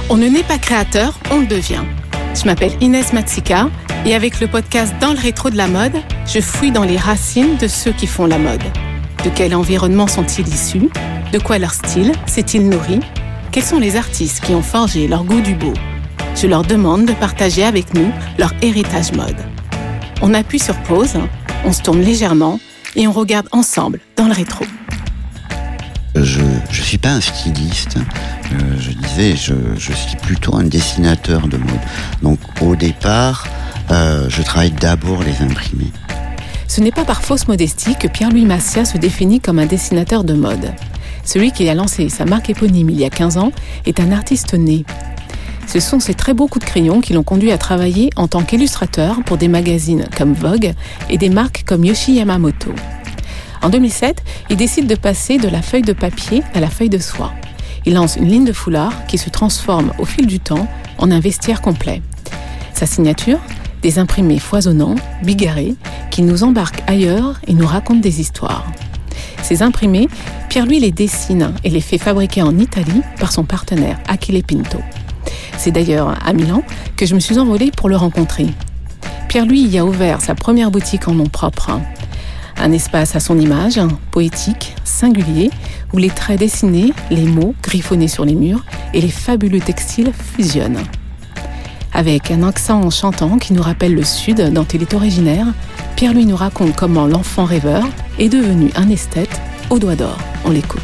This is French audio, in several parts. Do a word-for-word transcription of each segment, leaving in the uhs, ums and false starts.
On ne naît pas créateur, on le devient. Je m'appelle Inès Matsika et avec le podcast Dans le rétro de la mode, je fouille dans les racines de ceux qui font la mode. De quel environnement sont-ils issus ? De quoi leur style s'est-il nourri ? Quels sont les artistes qui ont forgé leur goût du beau ? Je leur demande de partager avec nous leur héritage mode. On appuie sur pause, on se tourne légèrement et on regarde ensemble dans le rétro. Je je suis pas un styliste, euh, je disais, je, je suis plutôt un dessinateur de mode. Donc au départ, euh, je travaille d'abord les imprimés. Ce n'est pas par fausse modestie que Pierre-Louis Massia se définit comme un dessinateur de mode. Celui qui a lancé sa marque éponyme il y a quinze ans est un artiste né. Ce sont ses très beaux coups de crayon qui l'ont conduit à travailler en tant qu'illustrateur pour des magazines comme Vogue et des marques comme Yohji Yamamoto. En deux mille sept, il décide de passer de la feuille de papier à la feuille de soie. Il lance une ligne de foulard qui se transforme au fil du temps en un vestiaire complet. Sa signature ? Des imprimés foisonnants, bigarrés, qui nous embarquent ailleurs et nous racontent des histoires. Ces imprimés, Pierre-Louis les dessine et les fait fabriquer en Italie par son partenaire Achille Pinto. C'est d'ailleurs à Milan que je me suis envolée pour le rencontrer. Pierre-Louis y a ouvert sa première boutique en nom propre. Un espace à son image, poétique, singulier, où les traits dessinés, les mots griffonnés sur les murs et les fabuleux textiles fusionnent. Avec un accent chantant qui nous rappelle le Sud dont il est originaire, Pierre-Louis nous raconte comment l'enfant rêveur est devenu un esthète au doigt d'or. On l'écoute.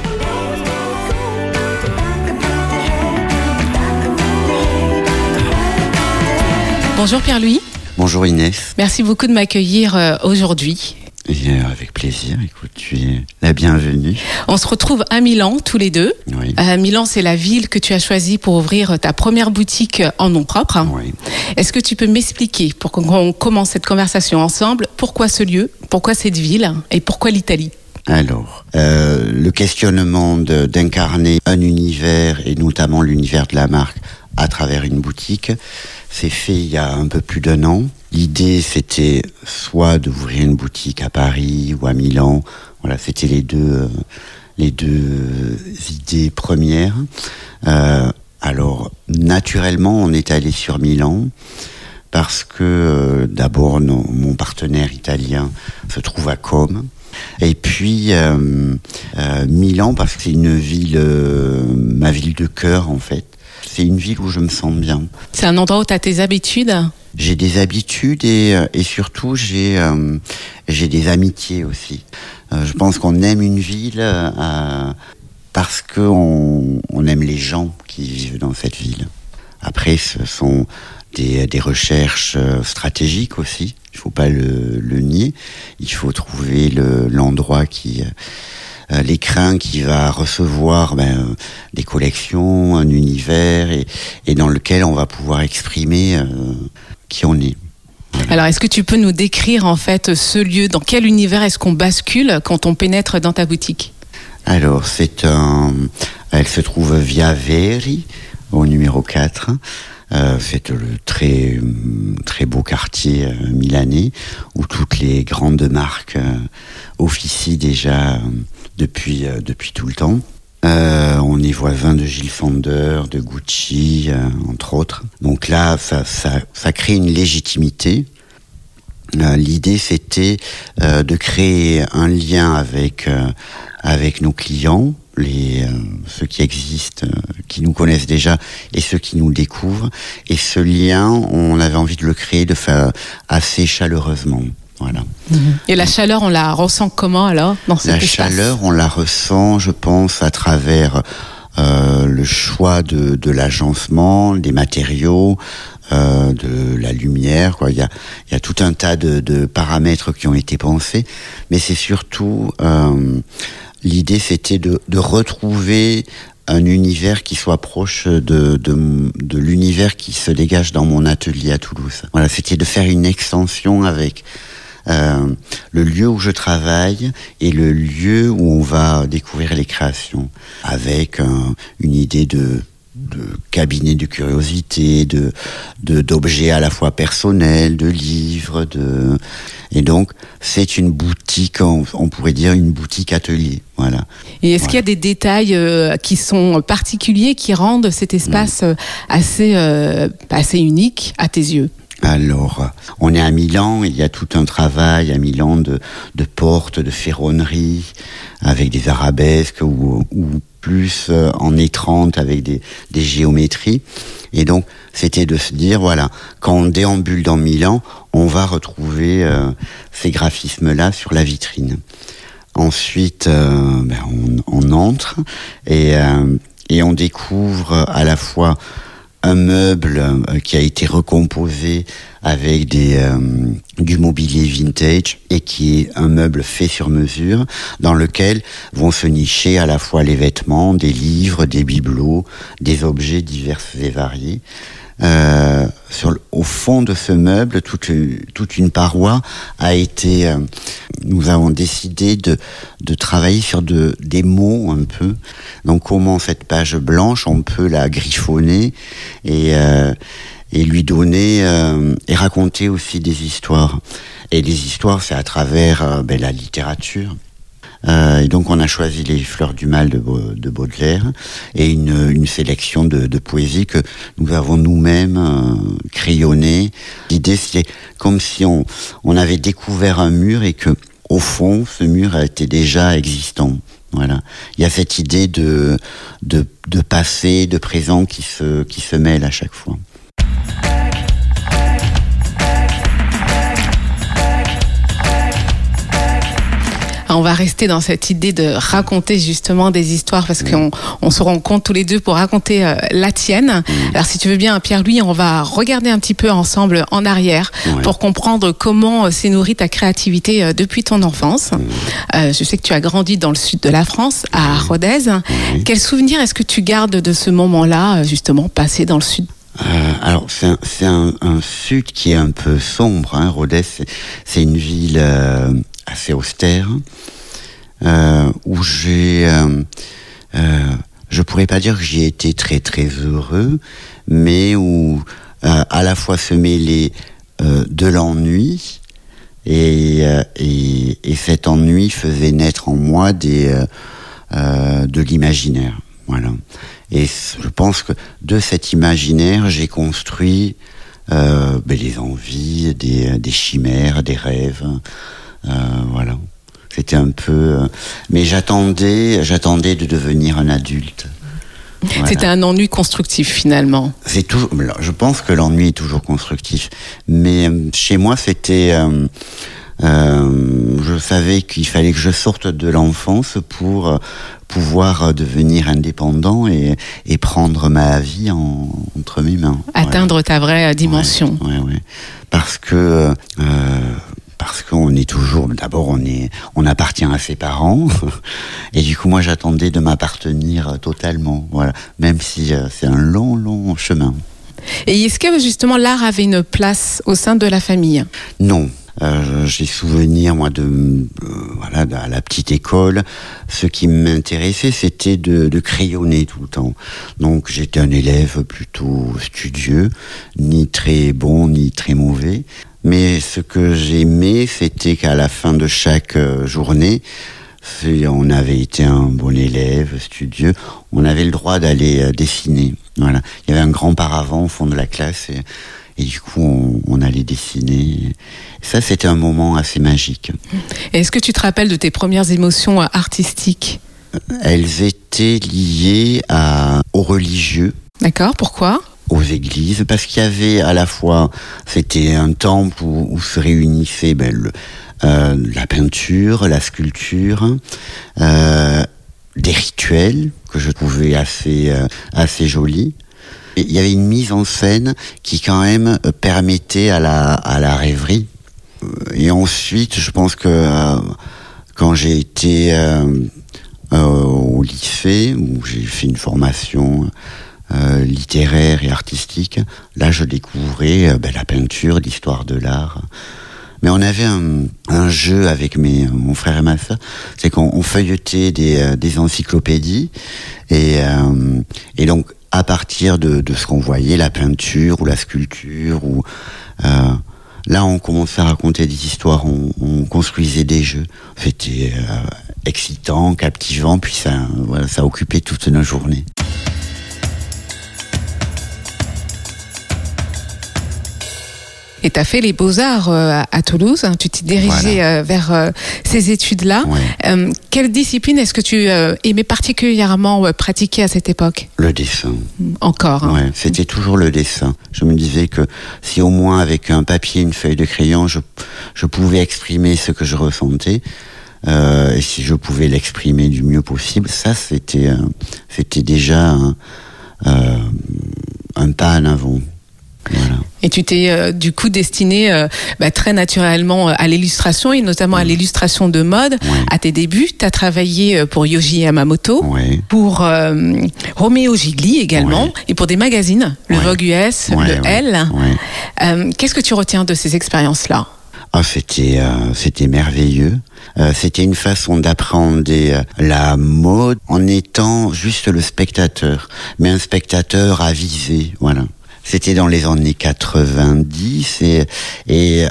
Bonjour Pierre-Louis. Bonjour Inès. Merci beaucoup de m'accueillir euh, aujourd'hui. Et avec plaisir, écoute, tu es la bienvenue. On se retrouve à Milan, tous les deux. Oui. Euh, Milan, c'est la ville que tu as choisie pour ouvrir ta première boutique en nom propre. Oui. Est-ce que tu peux m'expliquer, pour qu'on commence cette conversation ensemble, pourquoi ce lieu, pourquoi cette ville et pourquoi l'Italie ? Alors, euh, le questionnement de, d'incarner un univers, et notamment l'univers de la marque, à travers une boutique, c'est fait il y a un peu plus d'un an. L'idée, c'était soit d'ouvrir une boutique à Paris ou à Milan. Voilà, c'était les deux, euh, les deux idées premières. Euh, alors, naturellement, on est allé sur Milan parce que, euh, d'abord, nos, mon partenaire italien se trouve à Comme. Et puis, euh, euh, Milan, parce que c'est une ville, euh, ma ville de cœur, en fait. C'est une ville où je me sens bien. C'est un endroit où tu as tes habitudes ? J'ai des habitudes et, et surtout j'ai, euh, j'ai des amitiés aussi. Euh, je pense qu'on aime une ville euh, parce qu'on on aime les gens qui vivent dans cette ville. Après, ce sont des, des recherches stratégiques aussi. Il ne faut pas le, le nier. Il faut trouver le, l'endroit qui... Euh, l'écrin qui va recevoir ben, euh, des collections, un univers et, et dans lequel on va pouvoir exprimer euh, qui on est. Voilà. Alors, est-ce que tu peux nous décrire en fait ce lieu ? Dans quel univers est-ce qu'on bascule quand on pénètre dans ta boutique ? Alors, c'est un... Elle se trouve via Veri, au numéro quatre. Euh, c'est le très très beau quartier euh, milanais où toutes les grandes marques euh, officient déjà euh, depuis euh, depuis tout le temps. Euh, on est voisin de Jil Sander, de Gucci, euh, entre autres. Donc là, ça ça ça crée une légitimité. Euh, l'idée, c'était euh, de créer un lien avec euh, avec nos clients. Les, euh, ceux qui existent, euh, qui nous connaissent déjà et ceux qui nous découvrent. Et ce lien, on avait envie de le créer de faire assez chaleureusement. Voilà. Et la chaleur, on la ressent comment alors dans cet La espace ? chaleur, on la ressent, je pense, à travers euh, le choix de, de l'agencement, des matériaux, euh, de la lumière. Quoi. Il y a, il y a tout un tas de, de paramètres qui ont été pensés, mais c'est surtout... Euh, L'idée, c'était de, de retrouver un univers qui soit proche de, de, de l'univers qui se dégage dans mon atelier à Toulouse. Voilà, c'était de faire une extension avec euh, le lieu où je travaille et le lieu où on va découvrir les créations, avec un, une idée de de cabinets de curiosité, de, de d'objets à la fois personnels, de livres, de et donc c'est une boutique, on, on pourrait dire une boutique atelier, voilà. Et est-ce voilà. qu'il y a des détails euh, qui sont particuliers qui rendent cet espace mmh. assez euh, assez unique à tes yeux? Alors, on est à Milan, il y a tout un travail à Milan de, de portes, de ferronnerie, avec des arabesques ou, ou plus en étrante avec des, des géométries. Et donc, c'était de se dire, voilà, quand on déambule dans Milan, on va retrouver euh, ces graphismes-là sur la vitrine. Ensuite, euh, ben on, on entre et, euh, et on découvre à la fois un meuble euh, qui a été recomposé avec des, euh, du mobilier vintage et qui est un meuble fait sur mesure dans lequel vont se nicher à la fois les vêtements, des livres, des bibelots, des objets divers et variés. Euh, sur le, au fond de ce meuble, toute, toute une paroi a été... Euh, nous avons décidé de, de travailler sur de, des mots un peu. Donc comment cette page blanche, on peut la griffonner et, euh, et lui donner... Euh, et raconter aussi des histoires. Et les histoires, c'est à travers euh, ben, la littérature. Euh, et donc on a choisi les Fleurs du Mal de, de Baudelaire et une, une sélection de, de poésie que nous avons nous-mêmes euh, crayonné. L'idée c'est comme si on, on avait découvert un mur et que au fond ce mur était déjà existant. Voilà. Il y a cette idée de, de, de passé, de présent qui se, qui se mêle à chaque fois. On va rester dans cette idée de raconter justement des histoires parce oui. qu'on on se rend compte tous les deux pour raconter euh, la tienne. Oui. Alors si tu veux bien, Pierre-Louis, on va regarder un petit peu ensemble en arrière oui. pour comprendre comment s'est nourrie ta créativité euh, depuis ton enfance. Oui. Euh, je sais que tu as grandi dans le sud de la France, à oui. Rodez. Oui. Quel souvenir est-ce que tu gardes de ce moment-là, justement, passé dans le sud ? Euh, alors c'est un, c'est un, un sud qui est un peu sombre. Hein. Rodez, c'est, c'est une ville euh, assez austère euh, où j'ai, euh, euh, je pourrais pas dire que j'y ai été très très heureux, mais où euh, à la fois se mêlait euh, de l'ennui et, euh, et et cet ennui faisait naître en moi des euh, euh, de l'imaginaire. Voilà. Et je pense que de cet imaginaire, j'ai construit euh, ben, les envies, des, des chimères, des rêves. Euh, voilà. C'était un peu... Euh, mais j'attendais, j'attendais de devenir un adulte. Voilà. C'était un ennui constructif, finalement. C'est toujours, je pense que l'ennui est toujours constructif. Mais chez moi, c'était... Euh, Euh, je savais qu'il fallait que je sorte de l'enfance pour pouvoir devenir indépendant et, et prendre ma vie en, entre mes mains. Atteindre ouais. ta vraie dimension. Ouais, ouais, ouais. Parce que euh, parce qu'on est toujours, d'abord on est, on appartient à ses parents, et du coup moi j'attendais de m'appartenir totalement. Voilà, même si euh, c'est un long, long chemin. Et est-ce que justement l'art avait une place au sein de la famille ? Non. Euh, j'ai souvenir moi de euh, voilà à la petite école, ce qui m'intéressait c'était de, de crayonner tout le temps. Donc j'étais un élève plutôt studieux, ni très bon ni très mauvais. Mais ce que j'aimais c'était qu'à la fin de chaque euh, journée, si on avait été un bon élève studieux, on avait le droit d'aller euh, dessiner. Voilà, il y avait un grand paravent au fond de la classe et Et du coup, on, on allait dessiner. Ça, c'était un moment assez magique. Est-ce que tu te rappelles de tes premières émotions artistiques ? Elles étaient liées à, aux religieux. D'accord, pourquoi ? Aux églises, parce qu'il y avait à la fois, c'était un temple où, où se réunissaient ben, le, euh, la peinture, la sculpture, euh, des rituels que je trouvais assez, euh, assez jolis. Il y avait une mise en scène qui quand même permettait à la, à la rêverie. Et ensuite, je pense que euh, quand j'ai été euh, euh, au lycée, où j'ai fait une formation euh, littéraire et artistique, là je découvrais euh, ben, la peinture, l'histoire de l'art. Mais on avait un, un jeu avec mes, mon frère et ma sœur, c'est qu'on on feuilletait des, des encyclopédies, et, euh, et donc à partir de, de ce qu'on voyait, la peinture ou la sculpture. Ou euh, là, on commençait à raconter des histoires, on, on construisait des jeux. C'était euh, excitant, captivant, puis ça, voilà, ça occupait toute nos journées. Et tu as fait les Beaux-Arts euh, à Toulouse, hein, tu t'es dirigé voilà. euh, vers euh, ces études-là. Ouais. Euh, quelle discipline est-ce que tu euh, aimais particulièrement euh, pratiquer à cette époque ? Le dessin. Encore hein. Ouais, c'était toujours le dessin. Je me disais que si au moins avec un papier, une feuille de crayon, je, je pouvais exprimer ce que je ressentais, euh, et si je pouvais l'exprimer du mieux possible, ça c'était, euh, c'était déjà un, euh, un pas en avant. Voilà. Et tu t'es euh, du coup destiné euh, bah, très naturellement à l'illustration et notamment à l'illustration de mode. Ouais. À tes débuts, tu as travaillé pour Yohji Yamamoto, ouais. pour euh, Romeo Gigli également, ouais. et pour des magazines, le ouais. Vogue U S, ouais, le ouais. Elle. Ouais. Euh, qu'est-ce que tu retiens de ces expériences-là ? Ah, c'était euh, c'était merveilleux. Euh, c'était une façon d'appréhender euh, la mode en étant juste le spectateur, mais un spectateur avisé, voilà. C'était dans les années quatre-vingt-dix et, et euh,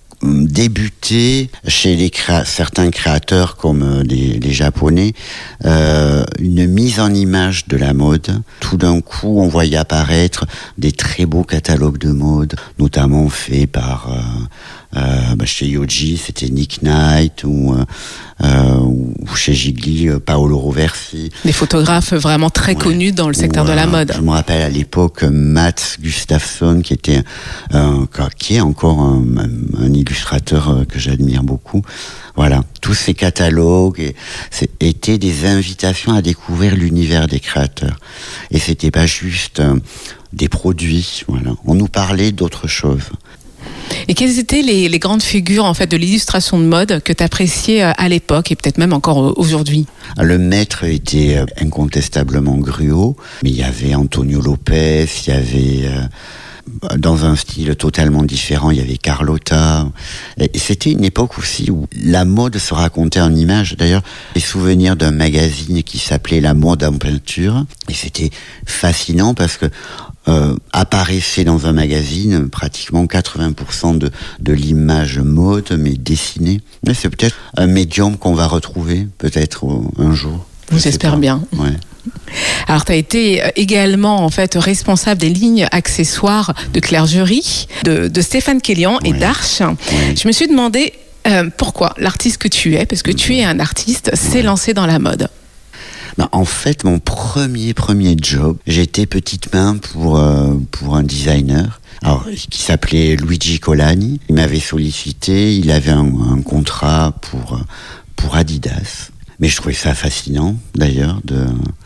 débutait chez les créa- certains créateurs comme euh, les, les Japonais euh, une mise en image de la mode. Tout d'un coup, on voyait apparaître des très beaux catalogues de mode, notamment faits par euh, euh, bah, chez Yohji, c'était Nick Knight ou euh, Euh, ou chez Gigli, euh, Paolo Roversi. Des photographes vraiment très ouais. connus dans le secteur ou, de la mode. Je me rappelle à l'époque Mats Gustafsson, qui était euh, qui est encore un, un illustrateur que j'admire beaucoup. Voilà, tous ces catalogues et, étaient des invitations à découvrir l'univers des créateurs. Et c'était pas juste euh, des produits. Voilà, on nous parlait d'autres choses. Et quelles étaient les, les grandes figures en fait de l'illustration de mode que tu appréciais à l'époque et peut-être même encore aujourd'hui ? Le maître était incontestablement Gruot, mais il y avait Antonio Lopez, il y avait euh, dans un style totalement différent, il y avait Carlotta. Et c'était une époque aussi où la mode se racontait en images. D'ailleurs, les souvenirs d'un magazine qui s'appelait La Mode en peinture, et c'était fascinant parce que Euh, apparaissait dans un magazine pratiquement quatre-vingts pour cent de, de l'image mode, mais dessinée. Mais c'est peut-être un médium qu'on va retrouver, peut-être un jour. J'espère bien. Ouais. Alors, tu as été également en fait responsable des lignes accessoires de Claire Jury, de, de Stéphane Kellian ouais. et d'Arche. Ouais. Je me suis demandé euh, pourquoi l'artiste que tu es, parce que tu es un artiste, ouais. s'est lancé dans la mode. Ben, en fait, mon premier premier job, j'étais petite main pour euh, pour un designer, alors qui s'appelait Luigi Colani. Il m'avait sollicité, il avait un, un contrat pour pour Adidas. Mais je trouvais ça fascinant, d'ailleurs, de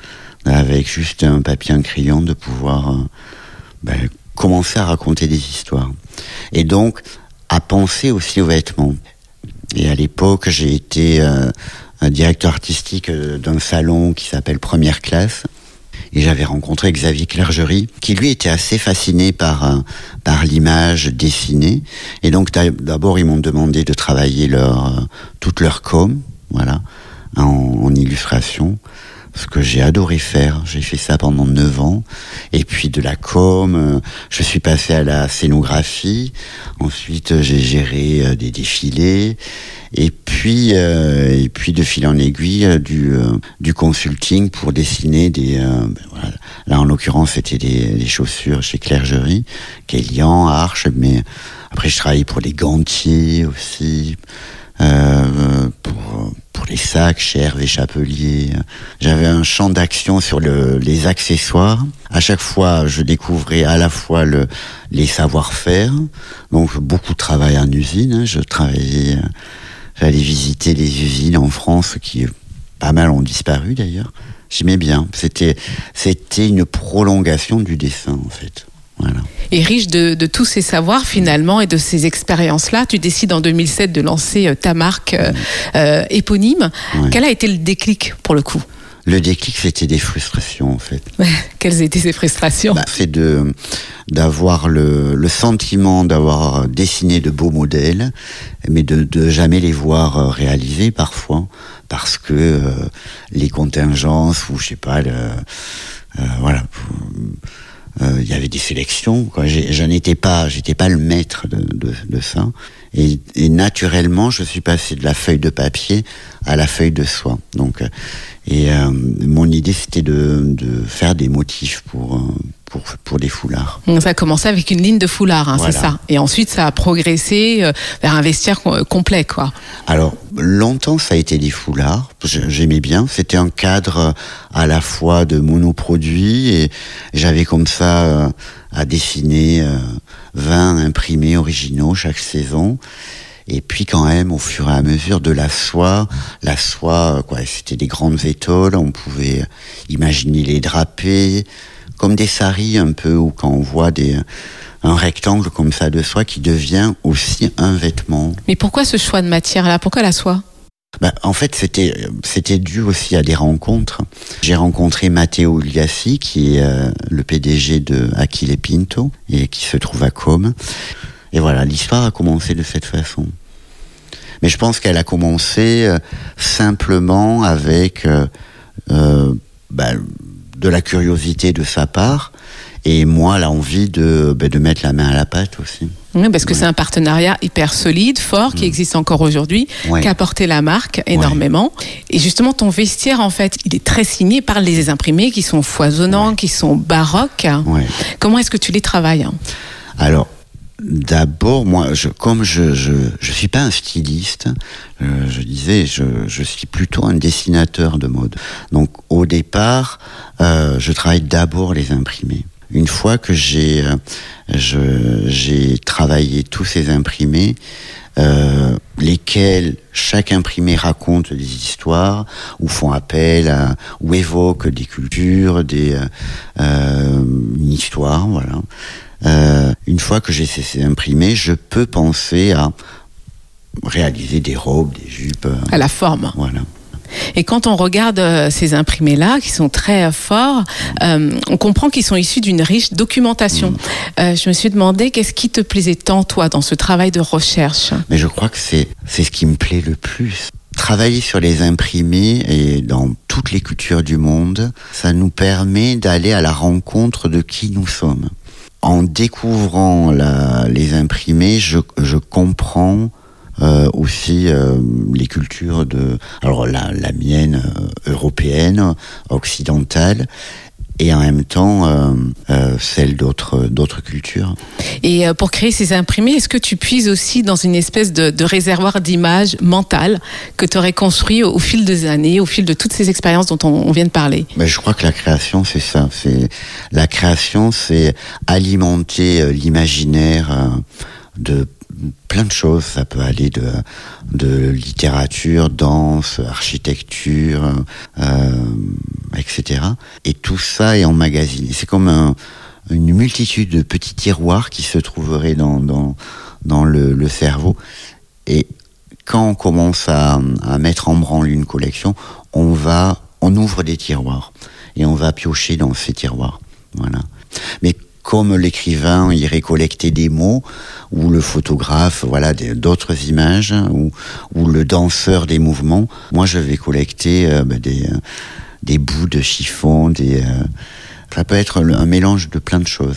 avec juste un papier, un crayon, de pouvoir euh, ben, commencer à raconter des histoires. Et donc à penser aussi aux vêtements. Et à l'époque, j'ai été euh, un directeur artistique d'un salon qui s'appelle Première Classe. Et j'avais rencontré Xavier Clergerie, qui lui était assez fasciné par, euh, par l'image dessinée. Et donc d'abord, ils m'ont demandé de travailler leur, euh, toute leur com, voilà, en, en illustration. Ce que j'ai adoré faire. J'ai fait ça pendant neuf ans. Et puis de la com, euh, je suis passé à la scénographie. Ensuite, j'ai géré euh, des défilés. Et puis, euh, et puis de fil en aiguille, euh, du, euh, du consulting pour dessiner des... Euh, ben voilà. Là, en l'occurrence, c'était des, des chaussures chez Clergerie, Kellian, Arche. Mais après, je travaillais pour les gantiers aussi. Euh, pour, pour les sacs chez Hervé Chapelier. J'avais un champ d'action sur le, les accessoires. À chaque fois, je découvrais à la fois le, les savoir-faire. Donc, beaucoup de travail en usine. Je travaillais, j'allais visiter les usines en France qui, pas mal, ont disparu d'ailleurs. J'aimais bien. C'était, c'était une prolongation du dessin, en fait. Voilà. Et riche de, de tous ces savoirs finalement et de ces expériences-là, tu décides en deux mille sept de lancer ta marque euh, euh, éponyme. Ouais. Quel a été le déclic pour le coup ? Le déclic, c'était des frustrations en fait. Quelles étaient ces frustrations ? Bah, c'est de d'avoir le, le sentiment d'avoir dessiné de beaux modèles, mais de, de jamais les voir réalisés parfois, parce que euh, les contingences ou je sais pas le... Euh, voilà, j'avais des sélections, quoi. J'ai, je n'étais pas, j'étais pas le maître de, de, de ça. Et, et naturellement, je suis passé de la feuille de papier à la feuille de soie. Donc, et euh, mon idée, c'était de, de faire des motifs pour, pour, pour des foulards. Ça a commencé avec une ligne de foulard, hein, voilà. C'est ça. Et ensuite, ça a progressé euh, vers un vestiaire complet, quoi. Alors, longtemps, ça a été des foulards. J'aimais bien. C'était un cadre à la fois de monoproduits et j'avais comme ça euh, à dessiner euh, vingt imprimés originaux chaque saison. Et puis quand même, au fur et à mesure de la soie, la soie, quoi, c'était des grandes étoiles, on pouvait imaginer les draper, comme des saris un peu, ou quand on voit des, un rectangle comme ça de soie qui devient aussi un vêtement. Mais pourquoi ce choix de matière-là ? Pourquoi la soie ? Ben, en fait, c'était, c'était dû aussi à des rencontres. J'ai rencontré Matteo Uliassi, qui est euh, le P D G de Achille Pinto, et qui se trouve à Côme. Et voilà, l'histoire a commencé de cette façon. Mais je pense qu'elle a commencé euh, simplement avec euh, euh, bah, de la curiosité de sa part, et moi l'envie de, bah, de mettre la main à la pâte aussi. Oui, parce que ouais. C'est un partenariat hyper solide, fort, qui mmh. existe encore aujourd'hui, ouais. qui a porté la marque énormément. Ouais. Et justement, ton vestiaire, en fait, il est très signé par les imprimés qui sont foisonnants, ouais. qui sont baroques. Ouais. Comment est-ce que tu les travailles ? Alors, d'abord, moi, je, comme je je je suis pas un styliste, euh, je disais, je je suis plutôt un dessinateur de mode. Donc, au départ, euh, je travaille d'abord les imprimés. Une fois que j'ai euh, je j'ai travaillé tous ces imprimés, euh, lesquels chaque imprimé raconte des histoires ou font appel à, ou évoquent des cultures, des euh, une histoire, voilà. Euh, une fois que j'ai ces imprimés, je peux penser à réaliser des robes, des jupes. À la forme. Voilà. Et quand on regarde euh, ces imprimés-là, qui sont très euh, forts, euh, on comprend qu'ils sont issus d'une riche documentation. Mmh. Euh, je me suis demandé, qu'est-ce qui te plaisait tant, toi, dans ce travail de recherche ? Mais je crois que c'est, c'est ce qui me plaît le plus. Travailler sur les imprimés et dans toutes les cultures du monde, ça nous permet d'aller à la rencontre de qui nous sommes. En découvrant la, les imprimés, je, je comprends euh, aussi euh, les cultures de, alors la, la mienne euh, européenne, occidentale, et en même temps euh, euh, celle d'autres d'autres cultures. Et euh, pour créer ces imprimés, est-ce que tu puises aussi dans une espèce de, de réservoir d'images mentales que tu aurais construit au, au fil des années, au fil de toutes ces expériences dont on, on vient de parler ? Ben, je crois que la création, c'est ça. C'est la création, c'est alimenter euh, l'imaginaire euh, de plein de choses. Ça peut aller de, de littérature, danse, architecture, euh, et cetera. Et tout ça est emmagasiné. C'est comme un, une multitude de petits tiroirs qui se trouveraient dans, dans, dans le, le cerveau. Et quand on commence à, à mettre en branle une collection, on va, on ouvre des tiroirs et on va piocher dans ces tiroirs. Voilà. Mais comme l'écrivain irait collecter des mots, ou le photographe, voilà, des, d'autres images, ou, ou le danseur des mouvements, moi je vais collecter euh, bah, des, euh, des bouts de chiffon, des, euh, ça peut être un mélange de plein de choses.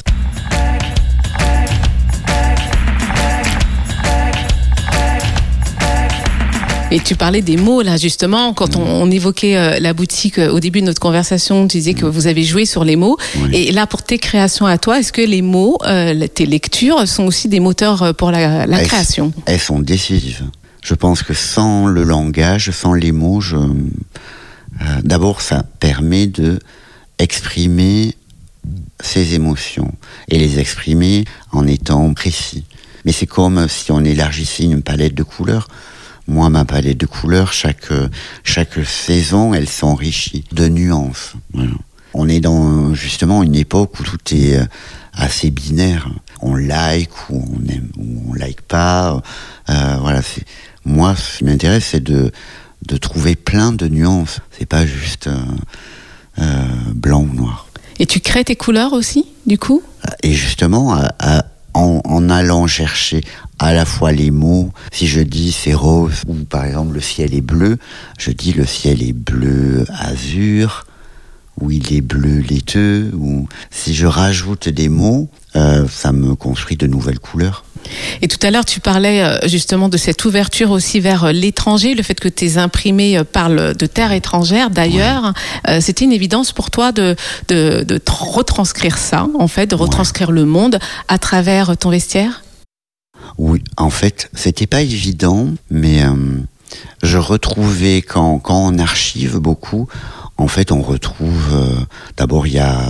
Et tu parlais des mots, là, justement, quand on, on évoquait euh, la boutique euh, au début de notre conversation, tu disais que vous avez joué sur les mots. Oui. Et là, pour tes créations à toi, est-ce que les mots, euh, tes lectures, sont aussi des moteurs pour la, la elles, création ? Elles sont décisives. Je pense que sans le langage, sans les mots, je... euh, d'abord, ça permet de exprimer ses émotions et les exprimer en étant précis. Mais c'est comme si on élargissait une palette de couleurs. Moi, ma palette de couleurs, chaque, chaque saison, elle s'enrichit de nuances. Voilà. On est dans, justement, une époque où tout est assez binaire. On like ou on aime ou on like pas. Euh, voilà, c'est, moi, ce qui m'intéresse, c'est de, de trouver plein de nuances. C'est pas juste euh, euh, blanc ou noir. Et tu crées tes couleurs aussi, du coup ? Et justement, à, à, en, en allant chercher à la fois les mots, si je dis c'est rose, ou par exemple le ciel est bleu, je dis le ciel est bleu azur, où il est bleu laiteux, ou si je rajoute des mots, euh, ça me construit de nouvelles couleurs. Et tout à l'heure, tu parlais justement de cette ouverture aussi vers l'étranger, le fait que tes imprimés parlent de terres étrangères. D'ailleurs, ouais. euh, c'était une évidence pour toi de, de, de retranscrire ça, en fait, de retranscrire ouais. le monde à travers ton vestiaire? Oui, en fait, c'était pas évident, mais euh, je retrouvais, quand, quand on archive beaucoup, en fait, on retrouve, euh, d'abord, il y a,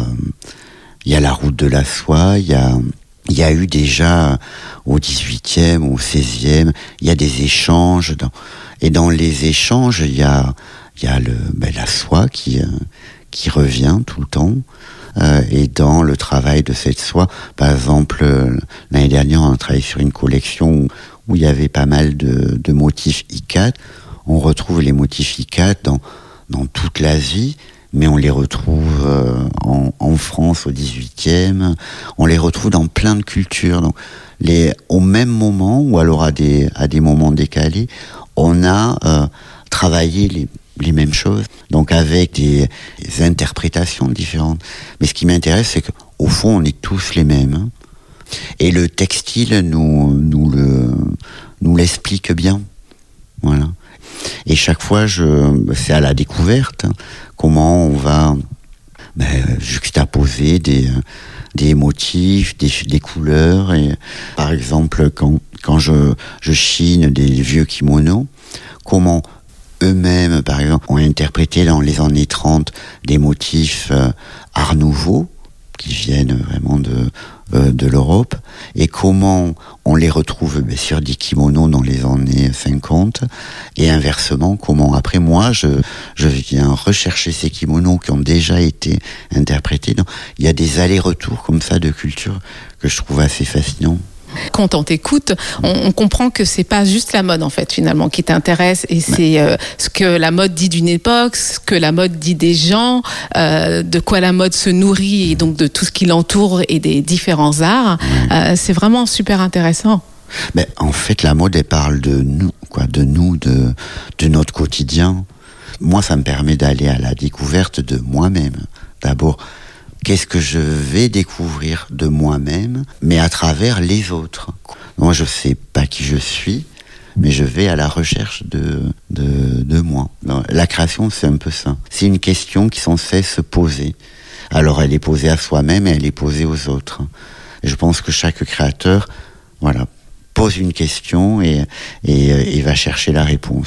il y a la route de la soie, il y a... Il y a eu déjà au dix-huitième, au seizième, il y a des échanges. Dans, et dans les échanges, il y a, il y a le, ben, la soie qui, euh, qui revient tout le temps. Euh, et dans le travail de cette soie, par exemple, euh, l'année dernière, on a travaillé sur une collection où, où il y avait pas mal de, de motifs ikat. On retrouve les motifs ikat dans, dans toute l'Asie, mais on les retrouve euh, en, en France au dix-huitième, on les retrouve dans plein de cultures. Donc, les, au même moment, ou alors à des, à des moments décalés, on a euh, travaillé les, les mêmes choses, donc avec des, des interprétations différentes. Mais ce qui m'intéresse, c'est qu'au fond, on est tous les mêmes. Hein. Et le textile nous, nous, le, nous l'explique bien. Voilà. Et chaque fois, je, c'est à la découverte, hein, comment on va ben, juxtaposer des, des motifs, des, des couleurs. Et, par exemple, quand, quand je, je chine des vieux kimonos, comment eux-mêmes, par exemple, ont interprété dans les années trente des motifs euh, Art Nouveau, qui viennent vraiment de, euh, de l'Europe, et comment on les retrouve bien sûr des kimonos dans les années cinquante, et inversement, comment après moi, je, je viens rechercher ces kimonos qui ont déjà été interprétés. Donc, il y a des allers-retours comme ça de culture que je trouve assez fascinants. Quand on t'écoute, on, on comprend que c'est pas juste la mode en fait finalement qui t'intéresse, et c'est euh, ce que la mode dit d'une époque, ce que la mode dit des gens, euh, de quoi la mode se nourrit, et donc de tout ce qui l'entoure et des différents arts. Euh, c'est vraiment super intéressant. Mais en fait, la mode, elle parle de nous, quoi, de nous, de de notre quotidien. Moi, ça me permet d'aller à la découverte de moi-même. D'abord, qu'est-ce que je vais découvrir de moi-même, mais à travers les autres. Moi, je sais pas qui je suis, mais je vais à la recherche de, de, de moi. La création, c'est un peu ça. C'est une question qui sont censée se poser. Alors, elle est posée à soi-même et elle est posée aux autres. Et je pense que chaque créateur, voilà, pose une question et, et, et va chercher la réponse.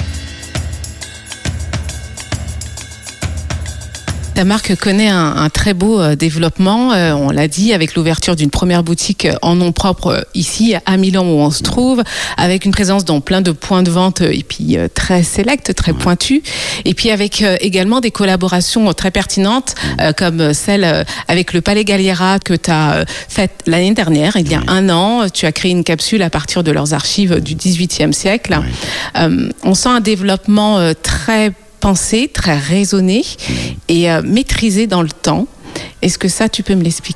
Ta marque connaît un, un très beau euh, développement, euh, on l'a dit, avec l'ouverture d'une première boutique en nom propre euh, ici à Milan où on se trouve, avec une présence dans plein de points de vente euh, et puis euh, très sélectes, très pointues, et puis avec euh, également des collaborations euh, très pertinentes euh, comme celle euh, avec le Palais Galliera que tu as euh, faite l'année dernière, il y a un an. Tu as créé une capsule à partir de leurs archives du dix-huitième siècle. Euh, on sent un développement euh, très pensé, très raisonné et euh, maîtrisé dans le temps. Est-ce que ça, tu peux me l'expliquer ?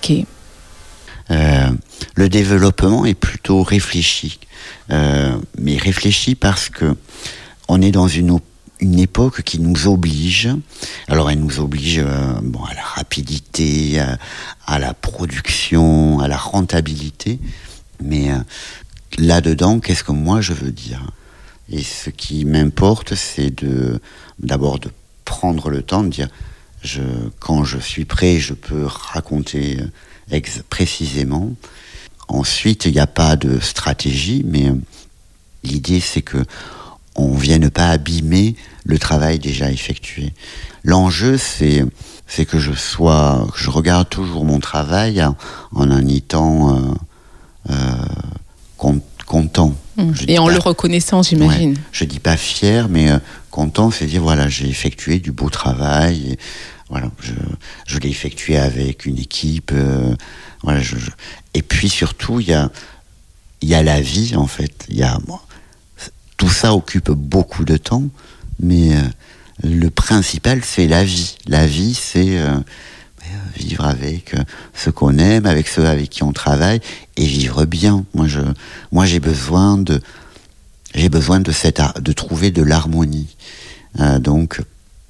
euh, Le développement est plutôt réfléchi. Euh, mais réfléchi parce que on est dans une, une époque qui nous oblige. Alors, elle nous oblige euh, bon, à la rapidité, à, à la production, à la rentabilité. Mais euh, là-dedans, qu'est-ce que moi je veux dire ? Et ce qui m'importe, c'est de, d'abord de prendre le temps de dire, je, quand je suis prêt, je peux raconter ex- précisément. Ensuite, il n'y a pas de stratégie, mais l'idée, c'est que on vienne pas abîmer le travail déjà effectué. L'enjeu, c'est, c'est que je sois, que je regarde toujours mon travail en, en un étant euh, euh, compte content. Mmh. Et en pas, le reconnaissant, j'imagine. Ouais, je dis pas fier, mais euh, content, c'est dire voilà, j'ai effectué du beau travail. Et, voilà, je, je l'ai effectué avec une équipe. Euh, voilà, je, je... Et puis surtout, il y a, il y a la vie en fait. Il y a bon, tout ça occupe beaucoup de temps, mais euh, le principal, c'est la vie. La vie, c'est euh, vivre avec ceux qu'on aime, avec ceux avec qui on travaille, et vivre bien. Moi, je, moi, j'ai besoin de, j'ai besoin de cette, de trouver de l'harmonie. Euh, donc,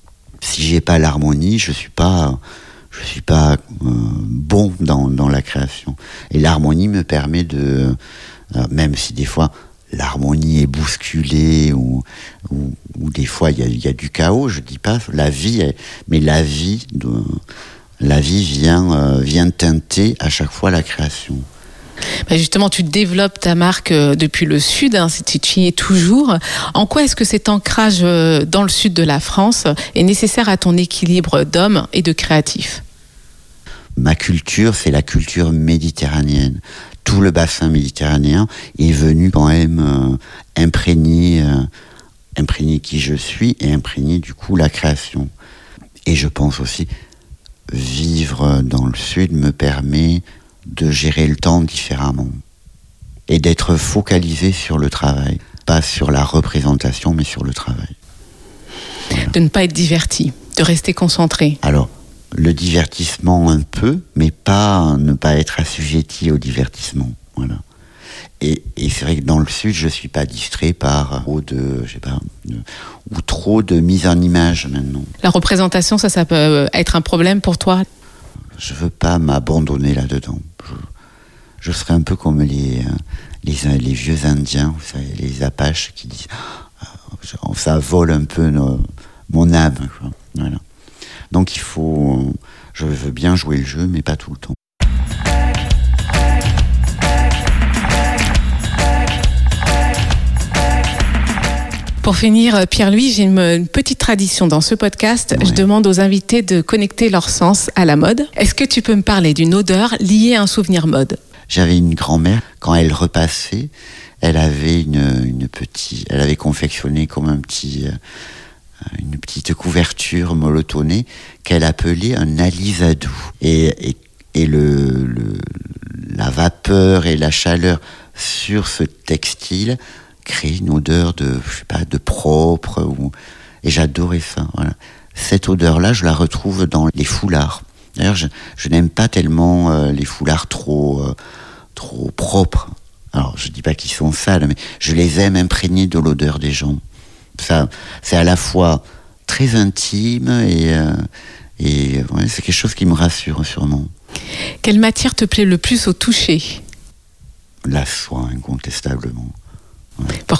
Si j'ai pas l'harmonie, je suis pas, je suis pas euh, bon dans, dans la création. Et l'harmonie me permet de, euh, même si des fois l'harmonie est bousculée ou, ou, ou des fois il y a, y a du chaos, je dis pas la vie, est, mais la vie, de, la vie vient, euh, vient teinter à chaque fois la création. Ben justement, tu développes ta marque depuis le sud, hein, tu y es toujours. En quoi est-ce que cet ancrage dans le sud de la France est nécessaire à ton équilibre d'homme et de créatif ? Ma culture, c'est la culture méditerranéenne. Tout le bassin méditerranéen est venu quand même euh, imprégner, euh, imprégner qui je suis et imprégner du coup la création. Et je pense aussi, vivre dans le sud me permet de gérer le temps différemment et d'être focalisé sur le travail, pas sur la représentation mais sur le travail. Voilà. De ne pas être diverti, de rester concentré. Alors, le divertissement un peu, mais pas ne pas être assujetti au divertissement. Voilà. Et, et c'est vrai que dans le sud, je suis pas distrait par trop de, je sais pas, de, ou trop de mise en image maintenant. La représentation, ça, ça peut être un problème pour toi ? Je veux pas m'abandonner là-dedans. Je, je serais un peu comme les, les, les vieux Indiens, vous savez, les Apaches qui disent oh, ça vole un peu nos, mon âme. Quoi. Voilà. Donc il faut, je veux bien jouer le jeu, mais pas tout le temps. Pour finir, Pierre-Louis, j'ai une, une petite tradition dans ce podcast. Ouais. Je demande aux invités de connecter leur sens à la mode. Est-ce que tu peux me parler d'une odeur liée à un souvenir mode ? J'avais une grand-mère, quand elle repassait, elle avait une, une petite, elle avait confectionné comme un petit, une petite couverture molotonnée qu'elle appelait un alizadou. Et, et, et le, le, la vapeur et la chaleur sur ce textile créer une odeur de, je sais pas, de propre, ou... et j'adorais ça. Voilà. Cette odeur-là, je la retrouve dans les foulards. D'ailleurs, je, je n'aime pas tellement euh, les foulards trop, euh, trop propres. Alors, je dis pas qu'ils sont sales, mais je les aime imprégnés de l'odeur des gens. Ça, c'est à la fois très intime et, euh, et ouais, c'est quelque chose qui me rassure sûrement. Quelle matière te plaît le plus au toucher ? La soie, incontestablement. Ouais. Pourquoi ?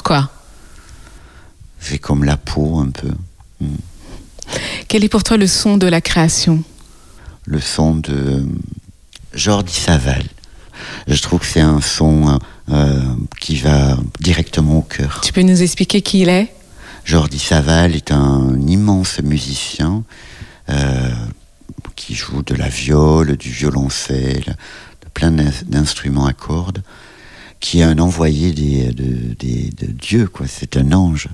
C'est comme la peau un peu. Mm. Quel est pour toi le son de la création ? Le son de Jordi Savall. Je trouve que c'est un son euh, qui va directement au cœur. Tu peux nous expliquer qui il est ? Jordi Savall est un immense musicien euh, qui joue de la viole, du violoncelle, de plein d'instruments à cordes, qui est un envoyé des, de, des, de Dieu, quoi. C'est un ange.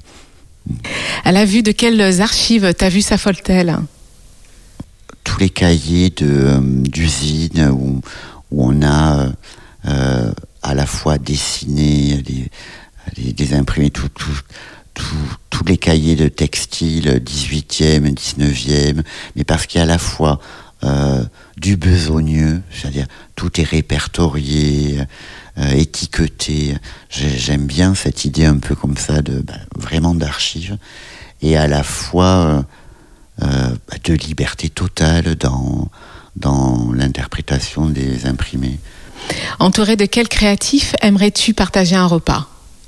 À la vue de quelles archives t'as vu s'affolle-t-elle ? Tous les cahiers de, euh, d'usines où, où on a euh, à la fois dessiné, des, des, des imprimés, tout, tout, tout, tous les cahiers de textile dix-huitième, dix-neuvième, mais parce qu'il y a à la fois euh, du besogneux, c'est-à-dire tout est répertorié, Euh, étiqueté. J'aime bien cette idée un peu comme ça de bah, vraiment d'archives et à la fois euh, euh, de liberté totale dans dans l'interprétation des imprimés. Entouré de quel créatif aimerais-tu partager un repas ?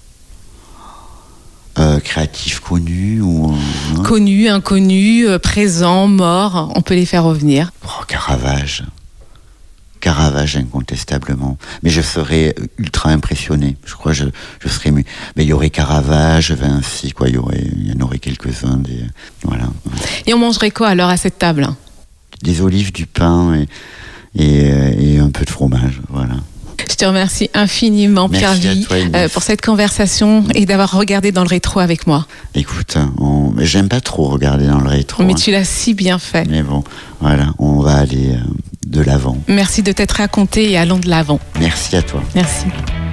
Euh, créatif connu ou hein connu, inconnu, euh, présent, mort, on peut les faire revenir. Oh, Caravage. Caravage incontestablement, mais je serais ultra impressionné. Je crois que je, je serais mu. Mais il y aurait Caravage, Vinci, quoi. Il y aurait, il y en aurait quelques-uns. Des, voilà. Et on mangerait quoi alors à cette table ? Des olives, du pain et, et, et un peu de fromage. Voilà. Je te remercie infiniment, Pierre-Louis, euh, pour cette conversation et d'avoir regardé dans le rétro avec moi. Écoute, on... j'aime pas trop regarder dans le rétro. Mais hein. tu l'as si bien fait. Mais bon, voilà, on va aller euh, de l'avant. Merci de t'être raconté et allons de l'avant. Merci à toi. Merci.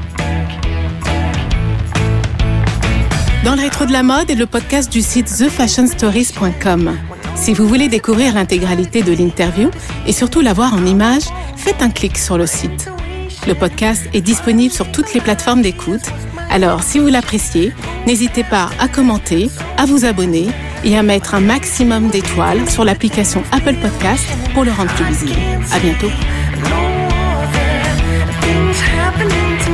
Dans le rétro de la mode est le podcast du site the fashion stories point com. Si vous voulez découvrir l'intégralité de l'interview et surtout la voir en images, faites un clic sur le site. Le podcast est disponible sur toutes les plateformes d'écoute. Alors, si vous l'appréciez, n'hésitez pas à commenter, à vous abonner et à mettre un maximum d'étoiles sur l'application Apple Podcast pour le rendre plus visible. À bientôt.